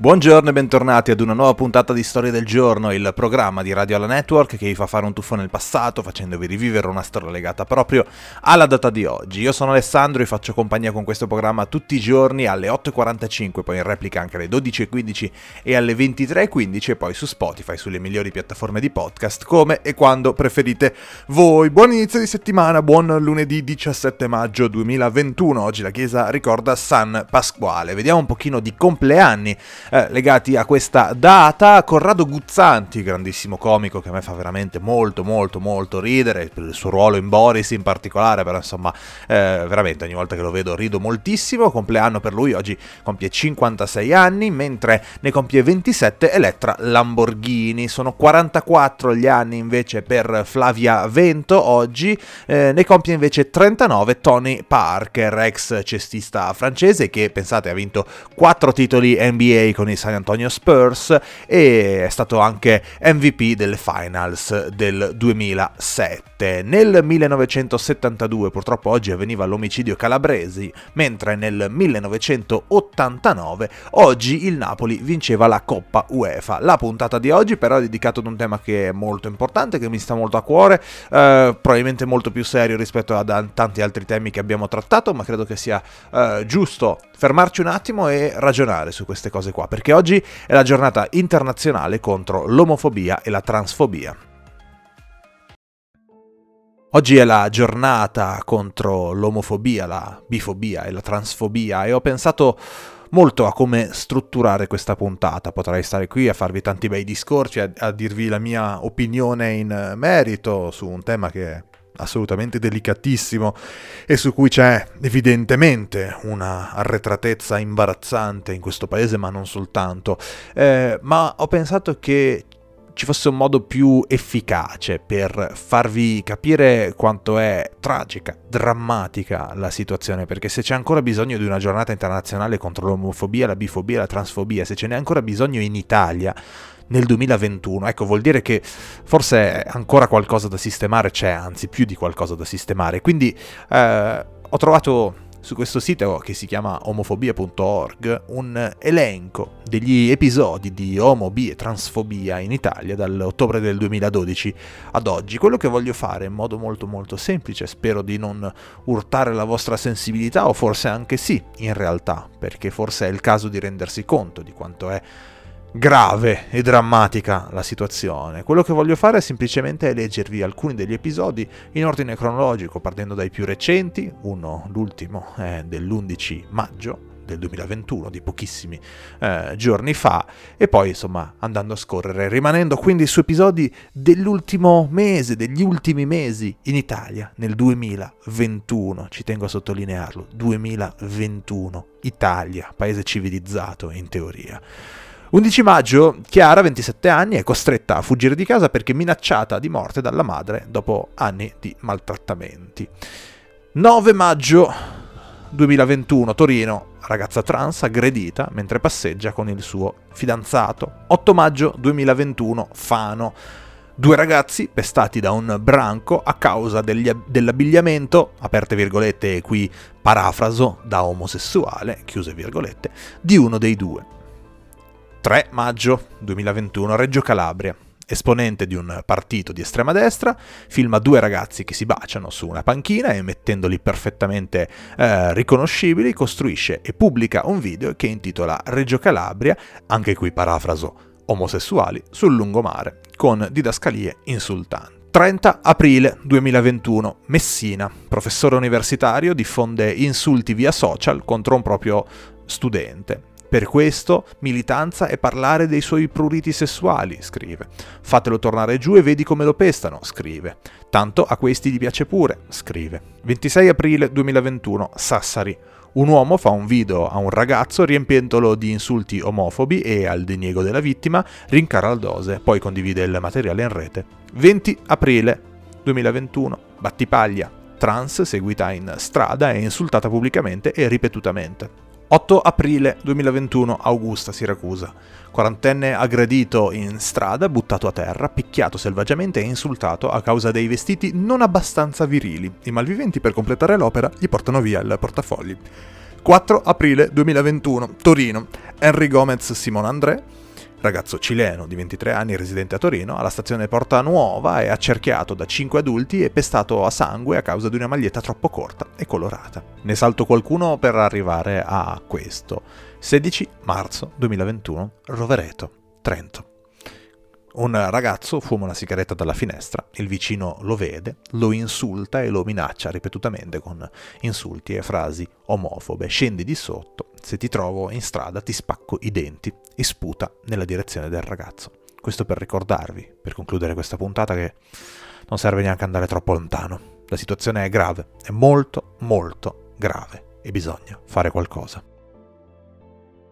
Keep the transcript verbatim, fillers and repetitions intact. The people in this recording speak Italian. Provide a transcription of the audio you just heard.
Buongiorno e bentornati ad una nuova puntata di Storia del Giorno, il programma di Radio Alla Network che vi fa fare un tuffo nel passato facendovi rivivere una storia legata proprio alla data di oggi. Io sono Alessandro e faccio compagnia con questo programma tutti i giorni alle otto e quarantacinque, poi in replica anche alle dodici e quindici e alle ventitré e quindici e poi su Spotify, sulle migliori piattaforme di podcast, come e quando preferite voi. Buon inizio di settimana, buon lunedì diciassette maggio duemilaventuno. Oggi la chiesa ricorda San Pasquale. Vediamo un pochino di compleanni Eh, legati a questa data. Corrado Guzzanti, grandissimo comico che a me fa veramente molto molto molto ridere per il suo ruolo in Boris in particolare, però insomma eh, veramente ogni volta che lo vedo rido moltissimo. Compleanno per lui, oggi compie cinquantasei anni, mentre ne compie ventisette Elettra Lamborghini. Sono quarantaquattro gli anni invece per Flavia Vento oggi, eh, ne compie invece trentanove Tony Parker, ex cestista francese che, pensate, ha vinto quattro titoli N B A con i San Antonio Spurs e è stato anche M V P delle Finals del duemilasette. Nel millenovecentosettantadue purtroppo oggi avveniva l'omicidio Calabresi, mentre nel millenovecentottantanove oggi il Napoli vinceva la Coppa UEFA. La puntata di oggi però è dedicata ad un tema che è molto importante, che mi sta molto a cuore, eh, probabilmente molto più serio rispetto a tanti altri temi che abbiamo trattato, ma credo che sia eh, giusto fermarci un attimo e ragionare su queste cose qua, perché oggi è la giornata internazionale contro l'omofobia e la transfobia. Oggi è la giornata contro l'omofobia, la bifobia e la transfobia e ho pensato molto a come strutturare questa puntata. Potrei stare qui a farvi tanti bei discorsi, a, a dirvi la mia opinione in merito su un tema che è assolutamente delicatissimo e su cui c'è evidentemente una arretratezza imbarazzante in questo paese, ma non soltanto, eh, ma ho pensato che ci fosse un modo più efficace per farvi capire quanto è tragica, drammatica la situazione, perché se c'è ancora bisogno di una giornata internazionale contro l'omofobia, la bifobia e la transfobia, se ce n'è ancora bisogno in Italia nel duemilaventuno, ecco, vuol dire che forse ancora qualcosa da sistemare c'è, anzi più di qualcosa da sistemare. Quindi eh, ho trovato su questo sito che si chiama omofobia punto org un elenco degli episodi di omo, bi e transfobia in Italia dall'ottobre del duemiladodici ad oggi. Quello che voglio fare in modo molto molto semplice, spero di non urtare la vostra sensibilità, o forse anche sì, in realtà, perché forse è il caso di rendersi conto di quanto è grave e drammatica la situazione. Quello che voglio fare è semplicemente leggervi alcuni degli episodi in ordine cronologico, partendo dai più recenti. Uno, l'ultimo, è dell'undici maggio del duemilaventuno, di pochissimi eh, giorni fa, e poi insomma andando a scorrere, rimanendo quindi su episodi dell'ultimo mese, degli ultimi mesi in Italia nel duemilaventuno, ci tengo a sottolinearlo, duemilaventuno, Italia, paese civilizzato in teoria. undici maggio, Chiara, ventisette anni, è costretta a fuggire di casa perché minacciata di morte dalla madre dopo anni di maltrattamenti. nove maggio duemilaventuno, Torino, ragazza trans aggredita mentre passeggia con il suo fidanzato. otto maggio duemilaventuno, Fano. Due ragazzi pestati da un branco a causa degli, dell'abbigliamento, aperte virgolette e qui parafraso, da omosessuale, chiuse virgolette, di uno dei due. tre maggio duemilaventuno, Reggio Calabria. Esponente di un partito di estrema destra filma due ragazzi che si baciano su una panchina e, mettendoli perfettamente eh, riconoscibili, costruisce e pubblica un video che intitola Reggio Calabria, anche qui parafraso, omosessuali sul lungomare, con didascalie insultanti. trenta aprile duemilaventuno, Messina. Professore universitario diffonde insulti via social contro un proprio studente. Per questo, militanza è parlare dei suoi pruriti sessuali, scrive. Fatelo tornare giù e vedi come lo pestano, scrive. Tanto a questi gli piace pure, scrive. ventisei aprile duemilaventuno, Sassari. Un uomo fa un video a un ragazzo riempiendolo di insulti omofobi e, al diniego della vittima, rincara la dose, poi condivide il materiale in rete. venti aprile duemilaventuno, Battipaglia. Trans seguita in strada e insultata pubblicamente e ripetutamente. otto aprile duemilaventuno, Augusta, Siracusa. Quarantenne aggredito in strada, buttato a terra, picchiato selvaggiamente e insultato a causa dei vestiti non abbastanza virili. I malviventi, per completare l'opera, gli portano via il portafogli. quattro aprile duemilaventuno, Torino. Henry Gomez Simon André, ragazzo cileno di ventitré anni residente a Torino, alla stazione Porta Nuova è accerchiato da cinque adulti e pestato a sangue a causa di una maglietta troppo corta e colorata. Ne salto qualcuno per arrivare a questo. sedici marzo duemilaventuno, Rovereto, Trento. Un ragazzo fuma una sigaretta dalla finestra, il vicino lo vede, lo insulta e lo minaccia ripetutamente con insulti e frasi omofobe. Scendi di sotto, se ti trovo in strada ti spacco i denti, e sputa nella direzione del ragazzo. Questo per ricordarvi, per concludere questa puntata, che non serve neanche andare troppo lontano. La situazione è grave, è molto molto grave e bisogna fare qualcosa.